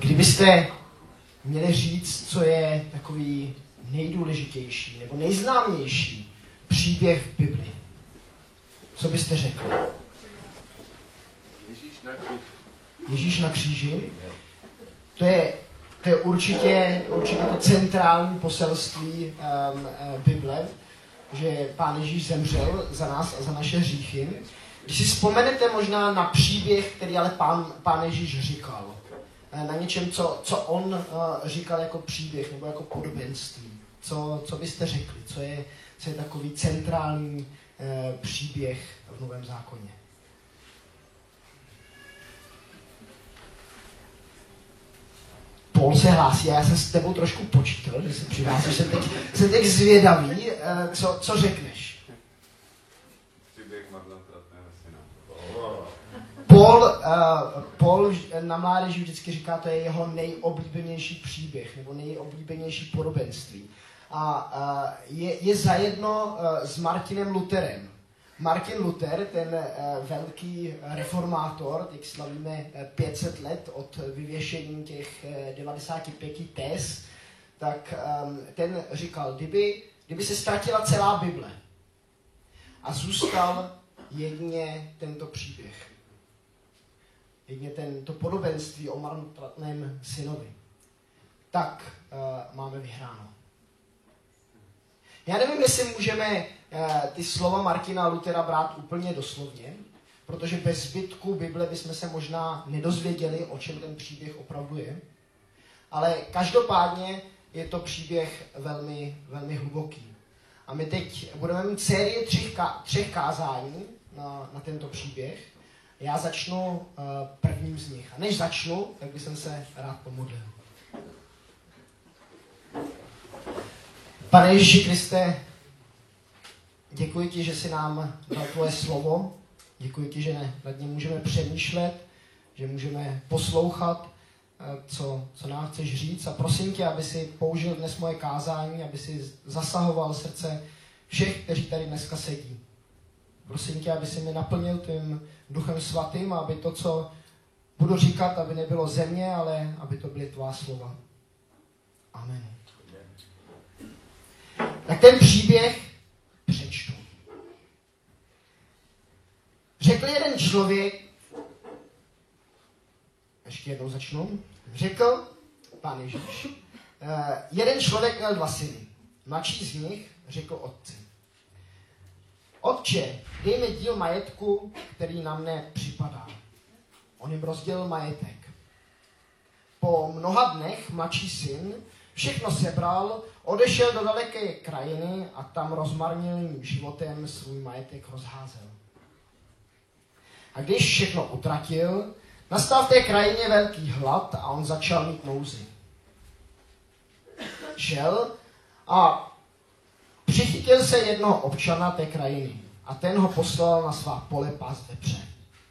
Kdybyste měli říct, co je takový nejdůležitější nebo nejznámější příběh v Bibli, co byste řekli? Ježíš na kříži. To je určitě to centrální poselství Bible, že Pán Ježíš zemřel za nás a za naše hříchy. Když si vzpomenete možná na příběh, který ale Pán Ježíš říkal, na něčem, co on říkal jako příběh nebo jako podobenství, co byste řekli, co je takový centrální příběh v Novém zákoně? Paul se hlásí, a já jsem s tebou trošku počítal, že se přihlásíš, jsem teď zvědavý, co řekneš. Příběh marnotratného syna. Paul na mládeži vždycky říká, to je jeho nejoblíbenější příběh, nebo nejoblíbenější podobenství. A je zajedno s Martinem Lutherem. Martin Luther, ten velký reformátor, teď slavíme 500 let od vyvěšení těch 95 téz, tak ten říkal, kdyby se ztratila celá Bible a zůstal jedině tento příběh, jedině to podobenství o marnotratném synovi, tak máme vyhráno. Já nevím, jestli můžeme ty slova Martina Luthera brát úplně doslovně, protože bez zbytku Bible bychom se možná nedozvěděli, o čem ten příběh opravdu je. Ale každopádně je to příběh velmi, velmi hluboký. A my teď budeme mít sérii 3 kázání na tento příběh. Já začnu prvním z nich. A než začnu, tak bych se rád pomodlil. Pane Ježíši Kriste, děkuji ti, že jsi nám dal tvoje slovo. Děkuji ti, že nad ním můžeme přemýšlet, že můžeme poslouchat, co nám chceš říct. A prosím tě, aby si použil dnes moje kázání, aby si zasahoval srdce všech, kteří tady dneska sedí. Prosím tě, aby si mi naplnil tvým Duchem Svatým, aby to, co budu říkat, aby nebylo ze mě, ale aby to byly tvá slova. Amen. Tak ten příběh přečtu. Řekl jeden člověk, ještě jednou začnu, řekl Pán Ježíš, jeden člověk měl 2 syny. Mladší z nich řekl otci: Otče, dej mi díl majetku, který na mne připadá. On jim rozdělil majetek. Po mnoha dnech mladší syn všechno sebral, odešel do daleké krajiny a tam rozmarnilým životem svůj majetek rozházel. A když všechno utratil, nastal v té krajině velký hlad a on začal mít nouzi. Šel a přichytil se jednoho občana té krajiny a ten ho poslal na svá pole pást vepře.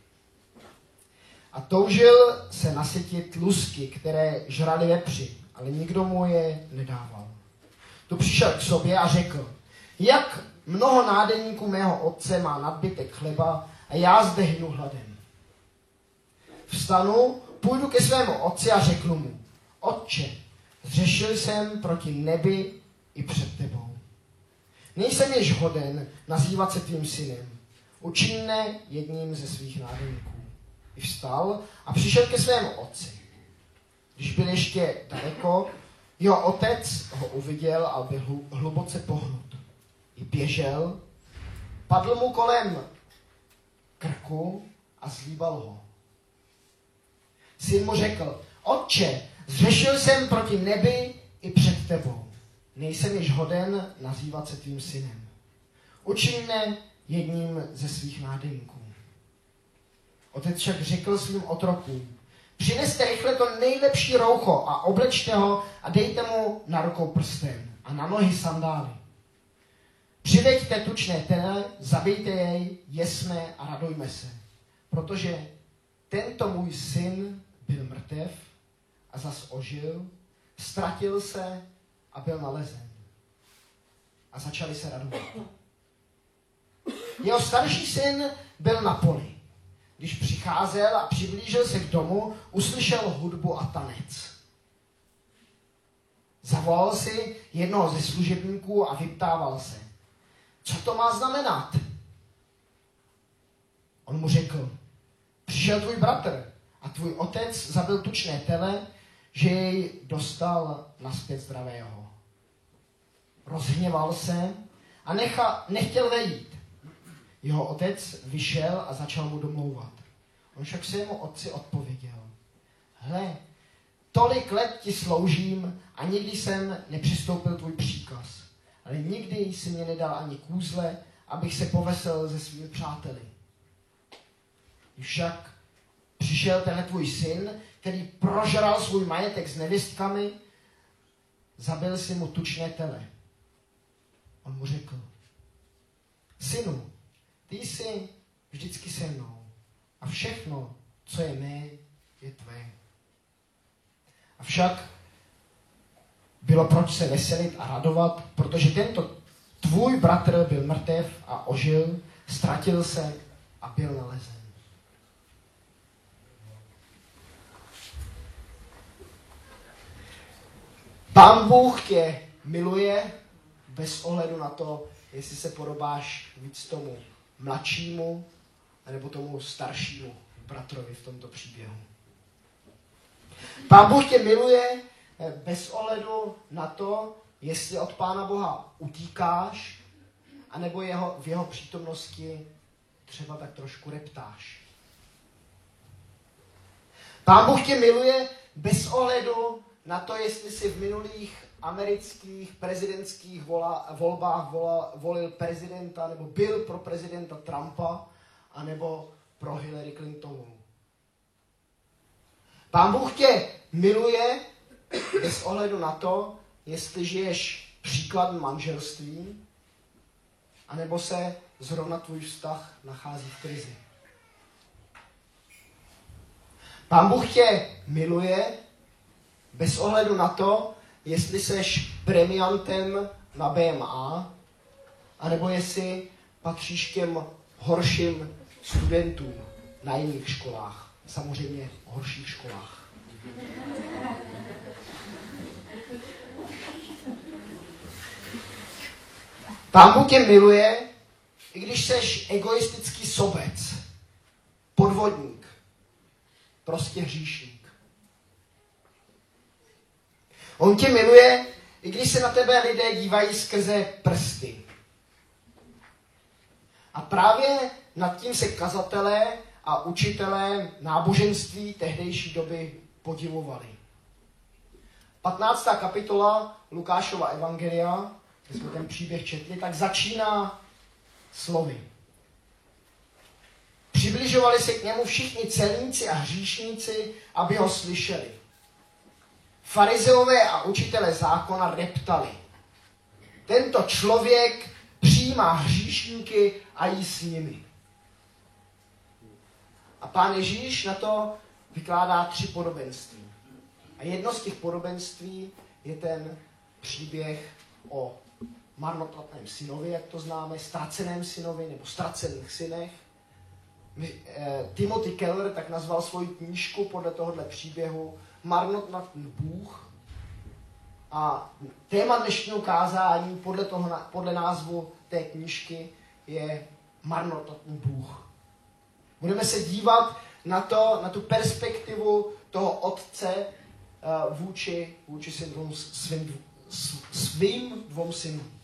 A toužil se nasytit lusky, které žrali vepři, ale nikdo mu je nedával. Tu přišel k sobě a řekl: Jak mnoho nádeníků mého otce má nadbytek chleba a já zde hynu hladem. Vstanu, půjdu ke svému otci a řeknu mu: Otče, zřešil jsem proti nebi i před tebou. Nejsem již hoden nazývat se tvým synem. Učiň mne jedním ze svých nádeníků. I vstal a přišel ke svému otci. Když byl ještě daleko, jeho otec ho uviděl a byl hluboce pohnut. I běžel, padl mu kolem krku a zlíbal ho. Syn mu řekl: Otče, zřešil jsem proti nebi i před tebou. Nejsem již hoden nazývat se tvým synem. Učiň mne jedním ze svých nádeníků. Otec však řekl svým otrokům: Přineste rychle to nejlepší roucho a oblečte ho a dejte mu na rukou prsten a na nohy sandály. Přiveďte tučné tele, zabijte jej, jesme a radujme se, protože tento můj syn byl mrtev a zas ožil, ztratil se a byl nalezen. A začali se radovat. Jeho starší syn byl na poli. když přicházel a přiblížil se k domu, uslyšel hudbu a tanec. Zavolal si jednoho ze služebníků a vyptával se, co to má znamenat? On mu řekl, přišel tvůj bratr a tvůj otec zabil tučné tele, že jej dostal nazpět zdravého. Rozhněval se a nechtěl vejít. Jeho otec vyšel a začal mu domlouvat. On však svému otci odpověděl, hle, tolik let ti sloužím a nikdy jsem nepřistoupil tvůj příkaz. Ale nikdy jsi mě nedal ani kůzle, abych se povesel se svými přáteli. Když však přišel tenhle tvůj syn, který prožral svůj majetek s nevěstkami, zabil si mu tučné tele. On mu řekl, synu, ty jsi vždycky se mnou a všechno, co je mé, je tvé. Avšak bylo proč se veselit a radovat, protože tento tvůj bratr byl mrtev a ožil, ztratil se a byl nalezen. Pán Bůh tě miluje bez ohledu na to, jestli se podobáš víc tomu mladšímu nebo tomu staršímu bratrovi v tomto příběhu. Pán Bůh tě miluje bez ohledu na to, jestli od Pána Boha utíkáš, anebo v jeho přítomnosti třeba tak trošku reptáš. Pán Bůh tě miluje bez ohledu na to, jestli si v minulých amerických prezidentských volbách volil prezidenta, nebo byl pro prezidenta Trumpa, anebo pro Hillary Clintonovou. Pán Bůh tě miluje bez ohledu na to, jestli žiješ příkladem manželství, anebo se zrovna tvůj vztah nachází v krizi. Pán Bůh tě miluje bez ohledu na to, jestli seš premiantem na BMA, anebo jestli patříš k těm horším studentům na jiných školách. Samozřejmě horších školách. Pán Bůh tě miluje, i když seš egoistický sobec, podvodník, prostě hříšník. On tě miluje, i když se na tebe lidé dívají skrze prsty. A právě nad tím se kazatelé a učitelé náboženství tehdejší doby podivovali. 15. kapitola Lukášova evangelia, kde jsme ten příběh četli, tak začíná slovy. Přibližovali se k němu všichni celníci a hříšníci, aby ho slyšeli. Farizeové a učitelé zákona reptali. Tento člověk přijímá hříšníky a jí s nimi. A Pán Ježíš na to vykládá 3 podobenství. A jedno z těch podobenství je ten příběh o marnotratném synovi, jak to známe, ztraceném synovi nebo ztracených synech. Timothy Keller tak nazval svoji knížku podle tohohle příběhu Marnotratný Bůh. A téma dnešního kázání podle názvu té knížky je Marnotratný Bůh. Budeme se dívat na tu perspektivu toho otce vůči svým 2 synům.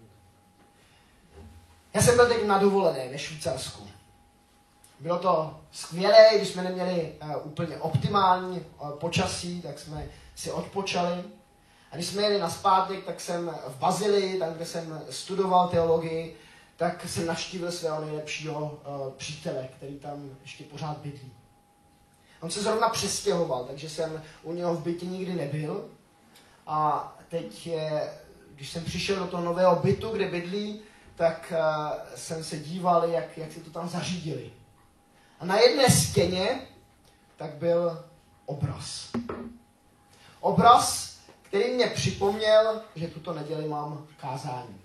Já jsem byl teď na dovolené ve Švýcarsku. Bylo to skvělé, když jsme neměli úplně optimální počasí, tak jsme si odpočali. A když jsme jeli nazpátek, tak jsem v Bazilii, tam, kde jsem studoval teologii, tak jsem navštívil svého nejlepšího přítele, který tam ještě pořád bydlí. On se zrovna přestěhoval, takže jsem u něho v bytě nikdy nebyl. A teď, když jsem přišel do toho nového bytu, kde bydlí, tak jsem se díval, jak si to tam zařídili. A na jedné stěně tak byl obraz. Obraz, který mě připomněl, že tuto neděli mám kázání.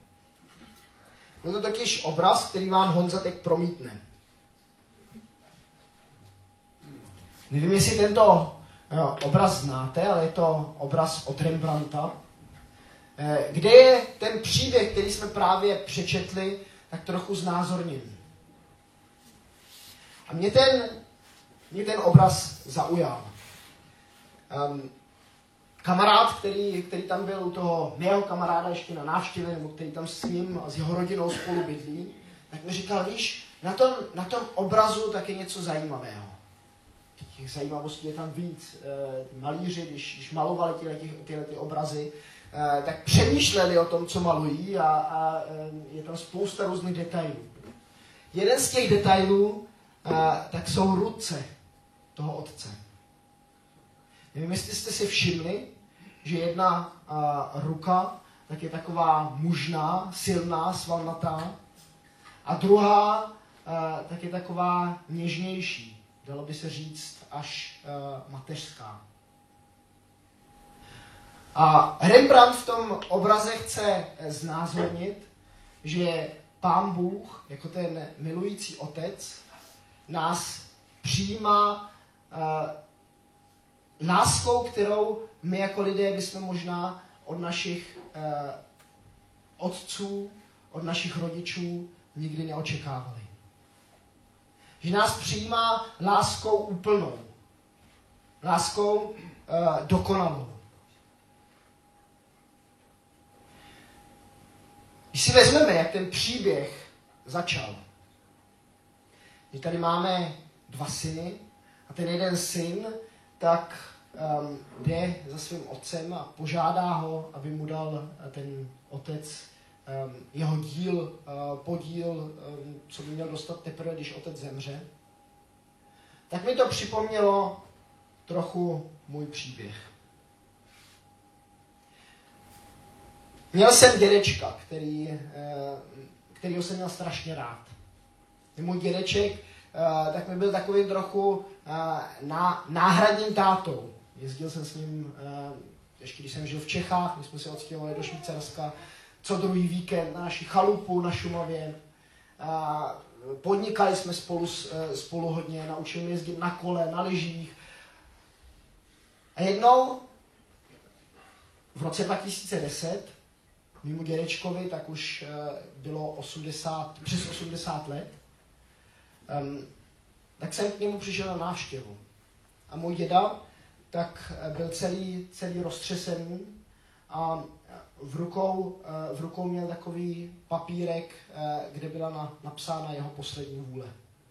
Byl to totiž obraz, který vám Honza teď promítne. Nevím, jestli tento obraz znáte, ale je to obraz od Rembrandta, kde je ten příběh, který jsme právě přečetli, tak trochu znázorněný. A mě ten obraz zaujal. Kamarád, který tam byl u toho mého kamaráda ještě na návštěvě, nebo který tam s ním a s jeho rodinou spolu bydlí, tak mi říkal, víš, na tom obrazu tak je něco zajímavého. Těch zajímavostí je tam víc. Malíři, když malovali tyhle obrazy, tak přemýšleli o tom, co malují a je tam spousta různých detailů. Jeden z těch detailů tak jsou ruce toho otce. Nevím, jestli jste si všimli, že jedna ruka tak je taková mužná, silná, svalnatá a druhá tak je taková něžnější, dalo by se říct až mateřská. A Rembrandt v tom obraze chce znázornit, že Pán Bůh, jako ten milující otec, nás přijímá láskou, kterou my jako lidé bychom možná od našich otců, od našich rodičů nikdy neočekávali. Že nás přijímá láskou úplnou, láskou dokonalou. Když si vezmeme, jak ten příběh začal, že tady máme 2 syny a ten jeden syn tak jde za svým otcem a požádá ho, aby mu dal ten otec jeho podíl, co by měl dostat teprve, když otec zemře, tak mi to připomnělo trochu můj příběh. Měl jsem dědečka, kterýho jsem měl strašně rád. Můj dědeček tak mi byl takovým trochu náhradním tátou. Jezdil jsem s ním, ještě když jsem žil v Čechách, my jsme se odstěhovali do Švýcarska, co druhý víkend na naši chalupu na Šumavě. Podnikali jsme spolu hodně, naučili mě jezdit na kole, na lyžích. A jednou v roce 2010 mému dědečkovi tak už bylo přes 80 let, tak jsem k němu přišel na návštěvu. A můj děda tak byl celý roztřesený a v rukou měl takový papírek, kde byla napsána jeho poslední vůle.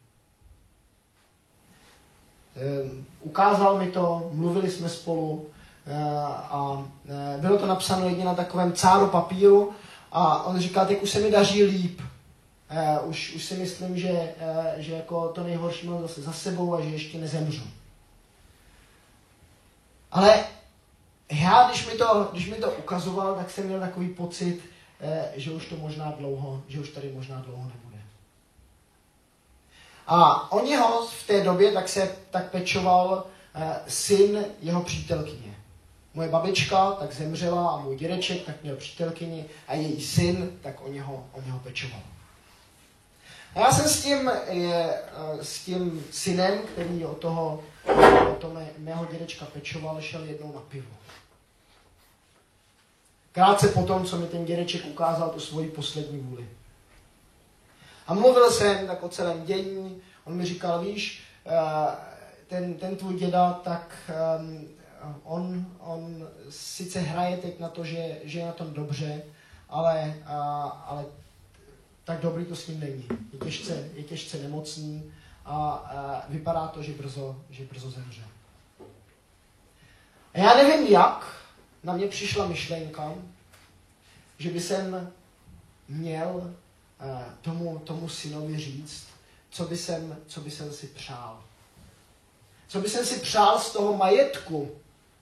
Ukázal mi to, mluvili jsme spolu a bylo to napsáno jedině na takovém cáru papíru a on říkal, teď už se mi daří líp. Už si myslím, že jako to nejhorší mám zase za sebou a že ještě nezemřu. Ale já, když mi to ukazoval, tak jsem měl takový pocit, že už tady možná dlouho nebude. A o něho v té době tak pečoval syn jeho přítelkyně. Moje babička tak zemřela a můj dědeček tak měl přítelkyni a její syn tak o něho pečoval. A já jsem s tím synem, který o toho mého dědečka pečoval, šel jednou na pivo. Krátce potom, co mi ten dědeček ukázal tu svoji poslední vůli. A mluvil jsem tak o celém dění, on mi říkal, víš, ten tvůj děda, tak on sice hraje teď na to, že je na tom dobře, ale tak dobrý to s ním není. Je těžce nemocný a vypadá to, že brzo zemře. A já nevím jak, na mě přišla myšlenka, že by jsem měl tomu synovi říct, co by jsem si přál. Co by jsem si přál z toho majetku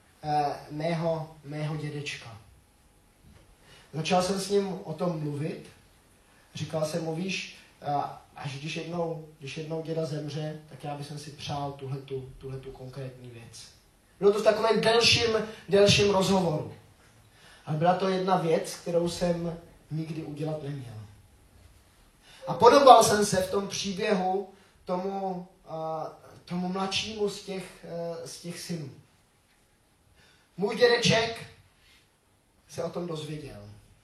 mého dědečka. Začal jsem s ním o tom mluvit. Říkal jsem mu, víš, až když jednou děda zemře, tak já bych si přál tuhletu konkrétní věc. Bylo to v takovém delším rozhovoru. Ale byla to jedna věc, kterou jsem nikdy udělat neměl. A podobal jsem se v tom příběhu tomu mladšímu z těch synů. Můj dědeček se o tom dozvěděl.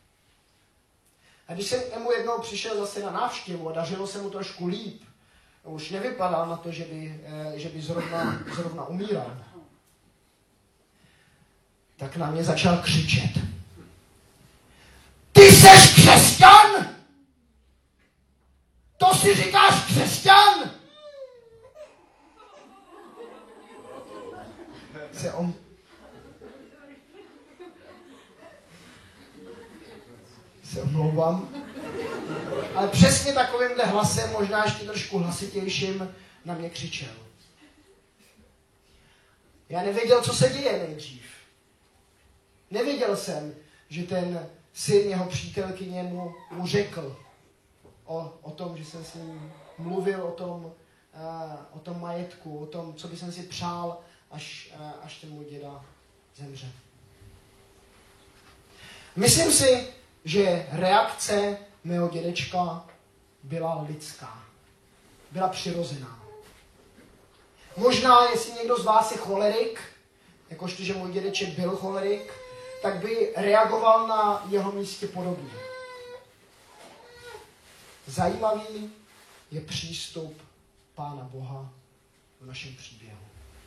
A když jsem k němu jednou přišel zase na návštěvu a dařilo se mu trošku líp, už nevypadal na to, že by zrovna umíral, tak na mě začal křičet. Ty seš křesťan? To si říkáš křesťan? Se omlouvám. Ale přesně takovýmhle hlasem, možná ještě trošku hlasitějším, na mě křičel. Já nevěděl, co se děje nejdřív. Nevěděl jsem, že ten syn jeho přítelkyně mu řekl o tom, že jsem s ním mluvil o tom majetku, o tom, co by jsem si přál, až ten můj děda zemře. Myslím si, že reakce mého dědečka byla lidská. Byla přirozená. Možná, jestli někdo z vás je cholerik, jakožto, že můj dědeček byl cholerik, tak by reagoval na jeho místě podobně. Zajímavý je přístup Pána Boha v našem příběhu.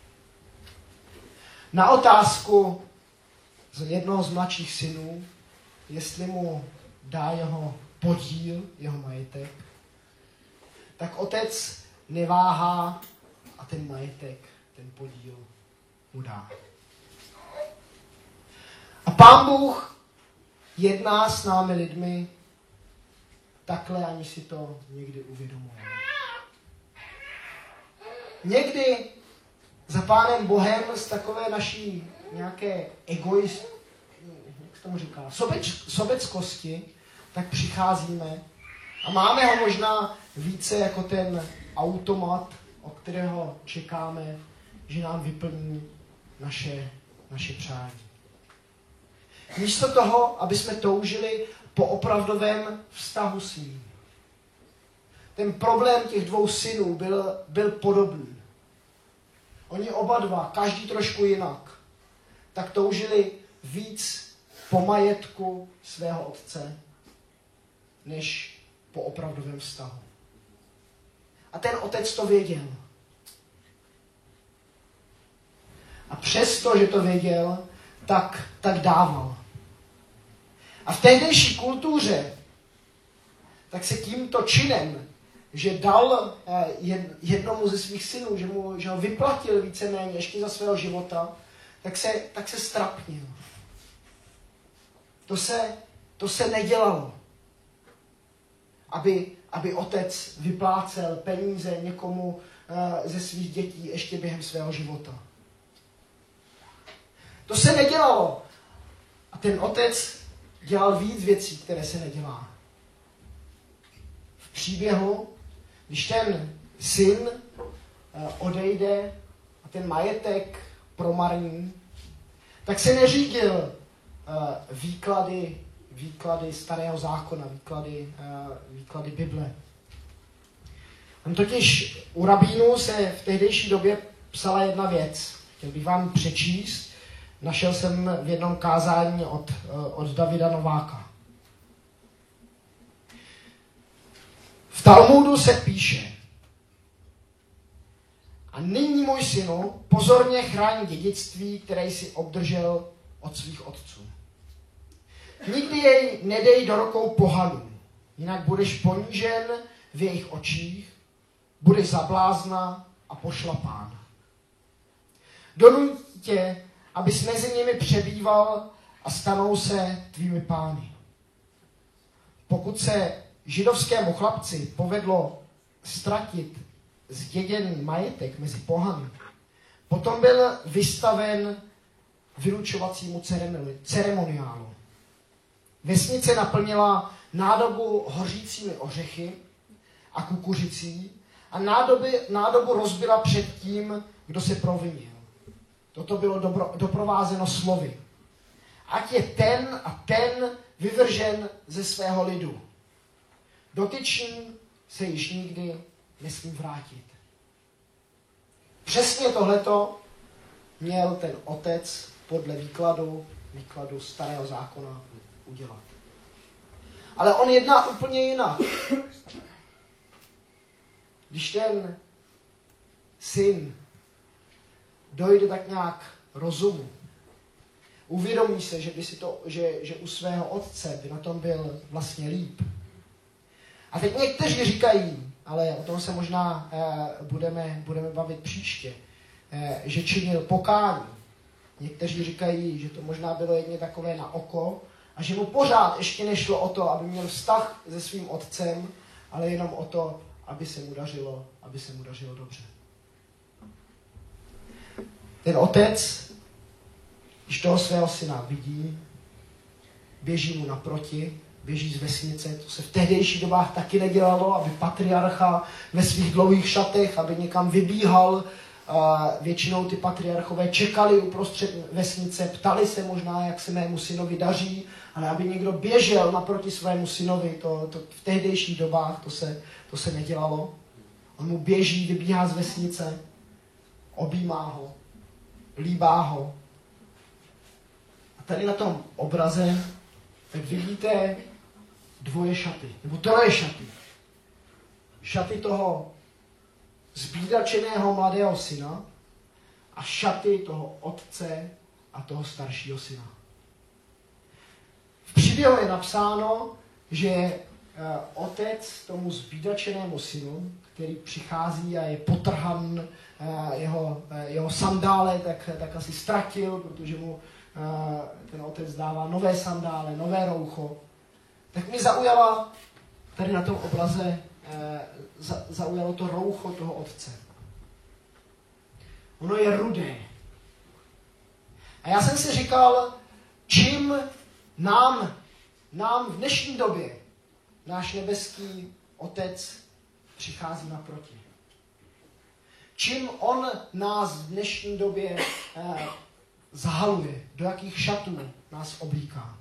Na otázku z jednoho z mladších synů, jestli mu dá jeho podíl, jeho majetek, tak otec neváhá a ten majetek, ten podíl mu dá. A Pán Bůh jedná s námi lidmi takhle, ani si to někdy uvědomujeme. Někdy za Pánem Bohem z takové naší nějaké jak tomu říká, sobeckosti, tak přicházíme a máme ho možná více jako ten automat, o kterého čekáme, že nám vyplní naše přání. Místo toho, aby jsme toužili po opravdovém vztahu s ním. Ten problém těch dvou synů byl podobný. Oni oba dva, každý trošku jinak, tak toužili víc po majetku svého otce, než po opravdovém vztahu. A ten otec to věděl. A přesto, že to věděl, tak dával. A v tehdejší kultuře tak se tímto činem, že dal jednomu ze svých synů, že ho vyplatil víceméně ještě za svého života, tak se strapnil. To se nedělalo. Aby otec vyplácel peníze někomu ze svých dětí ještě během svého života. To se nedělalo. A ten otec dělal víc věcí, které se nedělá. V příběhu, když ten syn odejde a ten majetek promarní, tak se neřídil výklady Starého zákona, výklady Bible. Tam totiž u rabínů se v tehdejší době psala jedna věc. Chtěl bych vám přečíst. Našel jsem v jednom kázání od Davida Nováka. V Talmudu se píše: A nyní, můj synu, pozorně chráň dědictví, které jsi obdržel od svých otců. Nikdy jej nedej do rukou pohanů, jinak budeš ponížen v jejich očích, budeš za blázna a pošlapán. Donutí tě, abys mezi nimi přebýval a stanou se tvými pány. Pokud se židovskému chlapci povedlo ztratit zděděný majetek mezi pohany, potom byl vystaven vylučovacímu ceremoniálu. Vesnice naplnila nádobu hořícími ořechy a kukuřicí a nádobu rozbila před tím, kdo se provinil. Toto bylo doprovázeno slovy. Ať je ten a ten vyvržen ze svého lidu. Dotyčný se již nikdy nesmí vrátit. Přesně tohleto měl ten otec podle výkladu starého zákona udělat. Ale on jedná úplně jinak. Když ten syn dojde tak nějak rozumu, uvědomí se, že u svého otce by na tom byl vlastně líp. A teď někteří říkají, ale o tom se možná budeme bavit příště, že činil pokání. Někteří říkají, že to možná bylo jedně takové na oko a že mu pořád ještě nešlo o to, aby měl vztah se svým otcem, ale jenom o to, aby se mu dařilo dobře. Ten otec, když toho svého syna vidí, běží mu naproti, běží z vesnice, to se v tehdejších dobách taky nedělalo, aby patriarcha ve svých dlouhých šatech, aby někam vybíhal. Většinou ty patriarchové čekali uprostřed vesnice, ptali se možná, jak se mému synovi daří, ale aby někdo běžel naproti svému synovi, to v tehdejších dobách to se nedělalo. On mu běží, vybíhá z vesnice, objímá ho, líbá ho. A tady na tom obraze tak vidíte dvoje šaty, nebo troje šaty. Šaty toho zbídačeného mladého syna a šaty toho otce a toho staršího syna. V příběhu je napsáno, že otec tomu zbídačenému synu, který přichází a je potrhan, jeho sandále, tak asi ztratil, protože mu ten otec dává nové sandále, nové roucho. Tak mi zaujala tady na tom obraze zaujalo to roucho toho otce. Ono je rudé. A já jsem si říkal, čím nám v dnešní době náš nebeský otec přichází naproti. Čím on nás v dnešní době zahaluje, do jakých šatů nás oblíká.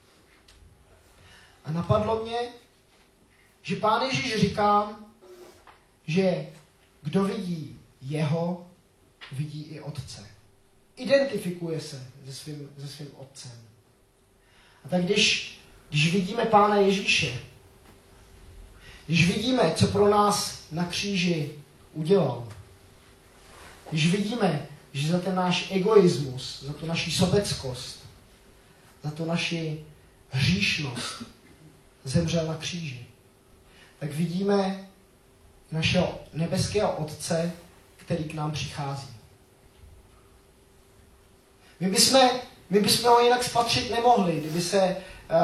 A napadlo mě, že Pán Ježíš říká, že kdo vidí jeho, vidí i otce. Identifikuje se se svým otcem. A tak když vidíme Pána Ježíše, když vidíme, co pro nás na kříži udělal, když vidíme, že za ten náš egoismus, za tu naši sobeckost, za tu naši hříšnost zemřel na kříži, tak vidíme našeho nebeského Otce, který k nám přichází. My bychom ho jinak spatřit nemohli, kdyby se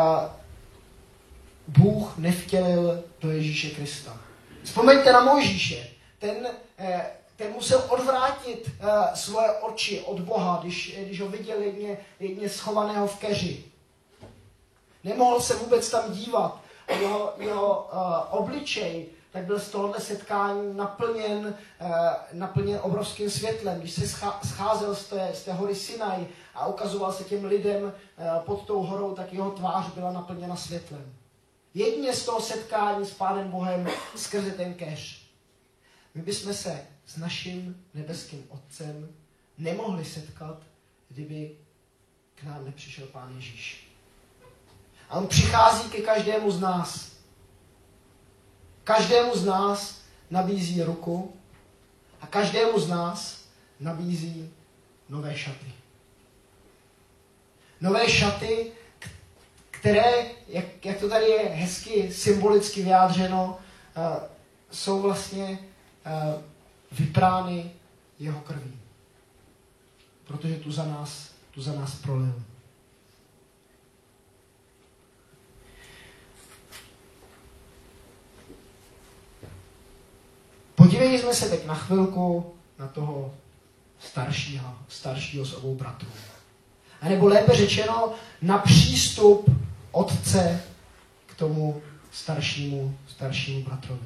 Bůh nevtělil do Ježíše Krista. Vzpomeňte na Mojžíše. Ten musel odvrátit svoje oči od Boha, když ho viděl jedně schovaného v keři. Nemohl se vůbec tam dívat. Jeho obličej tak byl z tohohle setkání naplněn obrovským světlem. Když se scházel z té hory Sinaj a ukazoval se těm lidem pod tou horou, tak jeho tvář byla naplněna světlem. Jedině z toho setkání s Pánem Bohem skrze ten keř. My bychom se s naším nebeským Otcem nemohli setkat, kdyby k nám nepřišel Pán Ježíš. A on přichází ke každému z nás. Každému z nás nabízí ruku a každému z nás nabízí nové šaty. Nové šaty, které, jak to tady je hezky symbolicky vyjádřeno, jsou vlastně vyprány jeho krví. Protože tu za nás prolil. Podívejme se teď na chvilku na toho staršího z obou bratrů. A nebo lépe řečeno, na přístup otce k tomu staršímu bratrovi.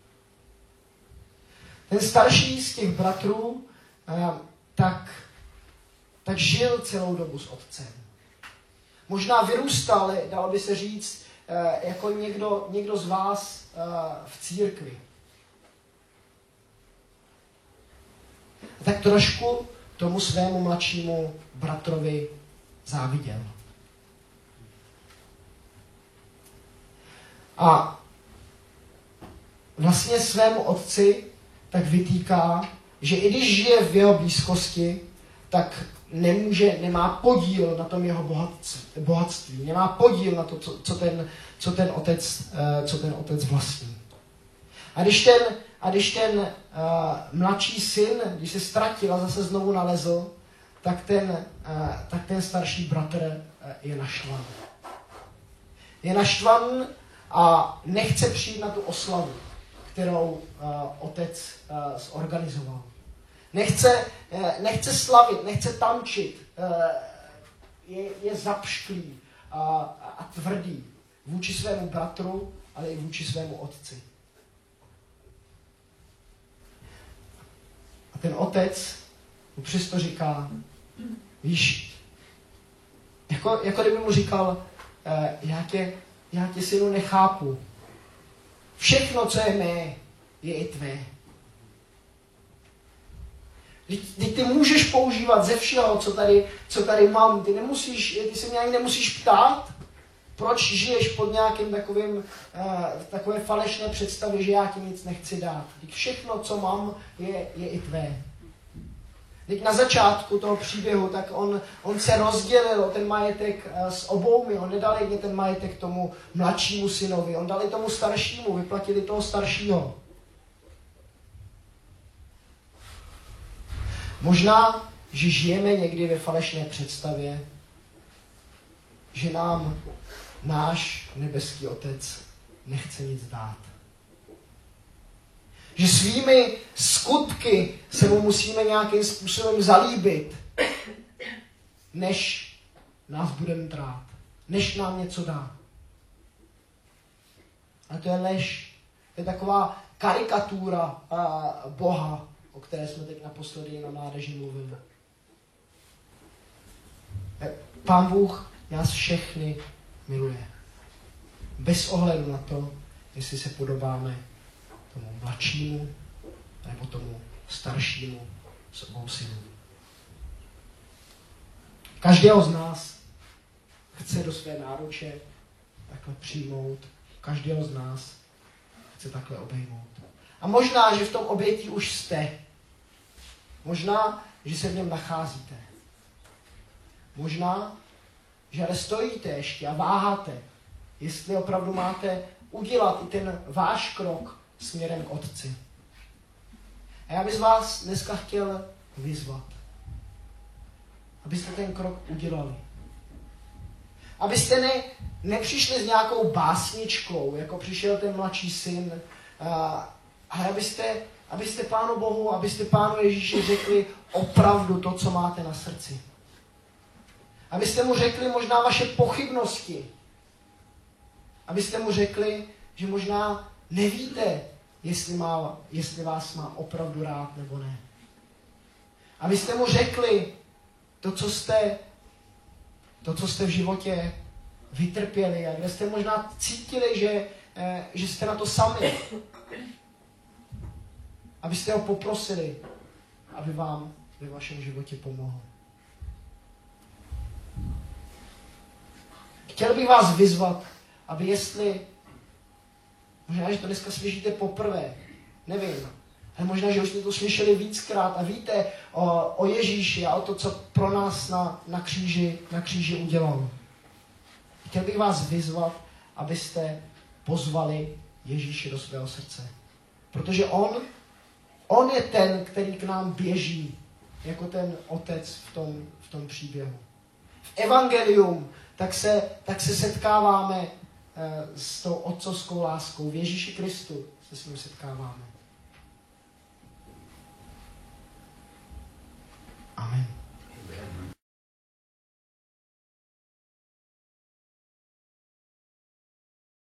Ten starší z těch bratrů tak žil celou dobu s otcem. Možná vyrůstal, dalo by se říct, jako někdo z vás v církvi. Tak trošku tomu svému mladšímu bratrovi záviděl. A vlastně svému otci tak vytýká, že i když žije v jeho blízkosti, tak nemá podíl na tom jeho bohatství, nemá podíl na to, co ten otec vlastní. A když ten mladší syn, když se ztratil a zase znovu nalezl, tak ten starší bratr je naštvaný. Je naštvaný a nechce přijít na tu oslavu, kterou otec zorganizoval. Nechce slavit, nechce tančit, je zapšklý a tvrdý vůči svému bratru, ale i vůči svému otci. A ten otec mu přesto říká, víš, jako kdyby mu říkal, já tě synu nechápu. Všechno, co je mé, je i tvé. Ty můžeš používat ze všeho, co tady mám. Ty se mě ani nemusíš ptát, proč žiješ pod nějakým takové falešné představě, že já ti nic nechci dát. Všechno, co mám, je i tvé. Teď na začátku toho příběhu, tak on se rozdělil ten majetek s oboumi. On nedal jedně ten majetek tomu mladšímu synovi. On dal i tomu staršímu, vyplatili toho staršího. Možná, že žijeme někdy ve falešné představě, že nám náš nebeský Otec nechce nic dát. Že svými skutky se mu musíme nějakým způsobem zalíbit, než nás bude mít rád, než nám něco dá. A to je lež. To je taková karikatura Boha, o které jsme teď naposledy na mládeži mluvili. Pán Bůh nás všechny miluje. Bez ohledu na to, jestli se podobáme tomu mladšímu nebo tomu staršímu z obou synů. Každého z nás chce do své náruče takhle přijmout. Každého z nás chce takhle obejmout. A možná, že v tom obětí už jste. Možná, že se v něm nacházíte. Možná, že ale stojíte ještě a váháte, jestli opravdu máte udělat i ten váš krok směrem k Otci. A já bych z vás dneska chtěl vyzvat, abyste ten krok udělali. Abyste nepřišli s nějakou básničkou, jako přišel ten mladší syn, ale abyste Pánu Bohu, abyste Pánu Ježíši řekli opravdu to, co máte na srdci. Abyste mu řekli možná vaše pochybnosti. Abyste mu řekli, že možná nevíte, jestli vás má opravdu rád nebo ne. Abyste mu řekli to, co jste v životě vytrpěli a kde jste možná cítili, že jste na to sami. Abyste ho poprosili, aby vám ve vašem životě pomohl. Chtěl bych vás vyzvat, aby možná, že to dneska slyšíte poprvé, nevím, ale možná, že už jste to slyšeli víckrát a víte o Ježíši a o to, co pro nás na kříži udělal. Chtěl bych vás vyzvat, abyste pozvali Ježíše do svého srdce. Protože on je ten, který k nám běží, jako ten otec v tom příběhu. V evangelium tak se setkáváme s tou otcovskou láskou. V Ježíši Kristu se s ním setkáváme.